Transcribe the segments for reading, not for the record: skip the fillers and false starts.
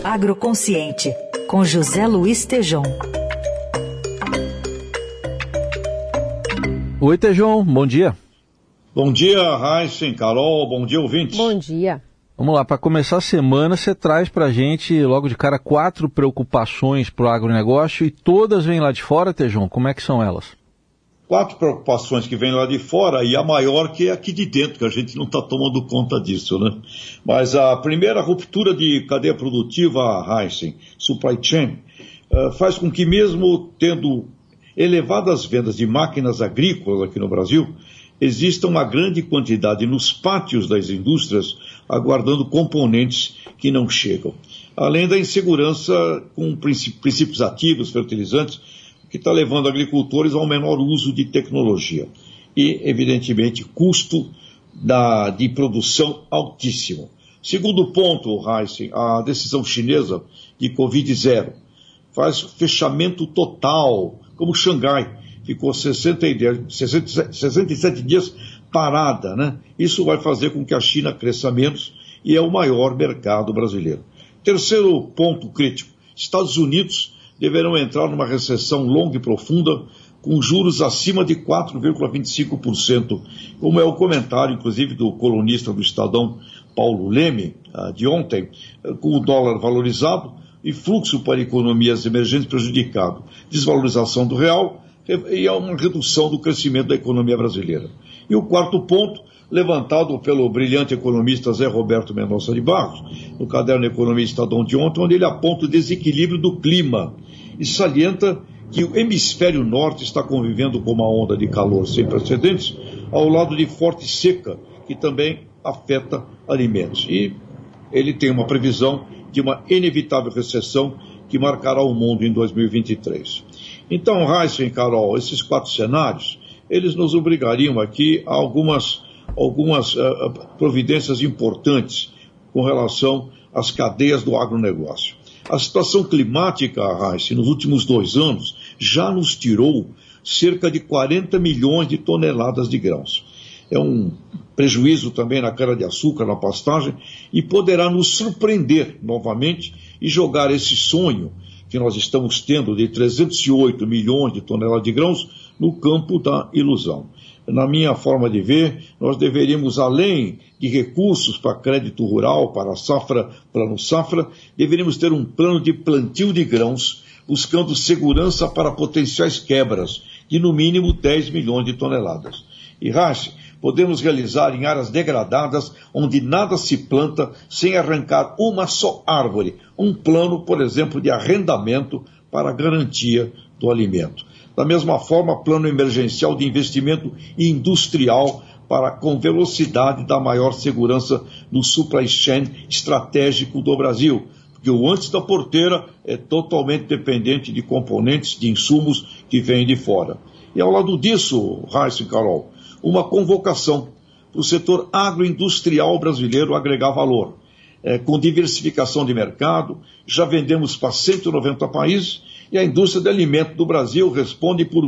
Agroconsciente, com José Luiz Tejom. Oi, Tejom, bom dia. Bom dia, Raíssen, Carol, bom dia, ouvintes. Bom dia. Vamos lá, para começar a semana, você traz para a gente, logo de cara, 4 preocupações para o agronegócio e todas vêm lá de fora, Tejom, como é que são elas? 4 preocupações que vêm lá de fora e a maior que é aqui de dentro, que a gente não está tomando conta disso, né? Mas a primeira ruptura de cadeia produtiva, Raíssen, supply chain, faz com que mesmo tendo elevadas vendas de máquinas agrícolas aqui no Brasil, exista uma grande quantidade nos pátios das indústrias aguardando componentes que não chegam. Além da insegurança com princípios ativos, fertilizantes, que está levando agricultores ao menor uso de tecnologia. E, evidentemente, custo de produção altíssimo. Segundo ponto, Raíssen, a decisão chinesa de Covid-0 faz fechamento total, como Xangai, ficou 67 dias parada, né? Isso vai fazer com que a China cresça menos e é o maior mercado brasileiro. Terceiro ponto crítico, Estados Unidos deverão entrar numa recessão longa e profunda com juros acima de 4,25%, como é o comentário, inclusive, do colunista do Estadão, Paulo Leme, de ontem, com o dólar valorizado e fluxo para economias emergentes prejudicado, desvalorização do real e uma redução do crescimento da economia brasileira. E o quarto ponto, levantado pelo brilhante economista Zé Roberto Mendonça de Barros, no caderno Economia Estadão de ontem, onde ele aponta o desequilíbrio do clima e salienta que o hemisfério norte está convivendo com uma onda de calor sem precedentes, ao lado de forte seca, que também afeta alimentos. E ele tem uma previsão de uma inevitável recessão que marcará o mundo em 2023. Então, Raíssen e Carol, esses 4 cenários, eles nos obrigariam aqui a algumas providências importantes com relação às cadeias do agronegócio. A situação climática, Raíssen, nos últimos 2 anos, já nos tirou cerca de 40 milhões de toneladas de grãos. É um prejuízo também na cana-de-açúcar, na pastagem, e poderá nos surpreender novamente e jogar esse sonho que nós estamos tendo de 308 milhões de toneladas de grãos no campo da ilusão. Na minha forma de ver, nós deveríamos, além de recursos para crédito rural, para safra, plano safra, deveríamos ter um plano de plantio de grãos, buscando segurança para potenciais quebras, de no mínimo 10 milhões de toneladas. E, Raíssen, podemos realizar em áreas degradadas, onde nada se planta, sem arrancar uma só árvore, um plano, por exemplo, de arrendamento para a garantia do alimento. Da mesma forma, plano emergencial de investimento industrial para, com velocidade, dar maior segurança no supply chain estratégico do Brasil, porque o antes da porteira é totalmente dependente de componentes, de insumos que vêm de fora. E ao lado disso, Raíssen e Carol, uma convocação para o setor agroindustrial brasileiro agregar valor. Com diversificação de mercado, já vendemos para 190 países e a indústria de alimento do Brasil responde por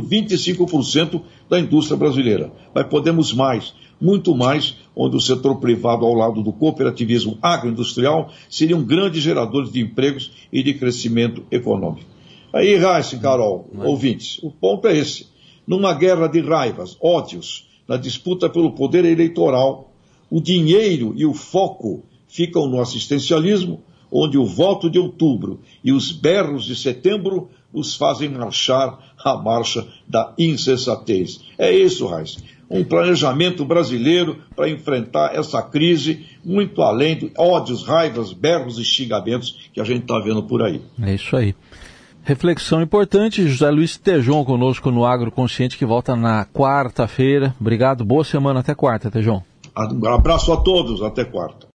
25% da indústria brasileira. Mas podemos mais, muito mais, onde o setor privado, ao lado do cooperativismo agroindustrial, seriam grandes geradores de empregos e de crescimento econômico. Aí, Raíssen, Carol, ouvintes, o ponto é esse. Numa guerra de raivas, ódios, na disputa pelo poder eleitoral, o dinheiro e o foco ficam no assistencialismo, onde o voto de outubro e os berros de setembro nos fazem marchar a marcha da insensatez. É isso, Raíssen. Um planejamento brasileiro para enfrentar essa crise, muito além de ódios, raivas, berros e xingamentos que a gente está vendo por aí. É isso aí. Reflexão importante, José Luiz Tejom conosco no Agroconsciente, que volta na quarta-feira. Obrigado, boa semana, até quarta, Tejom. Um abraço a todos, até quarta.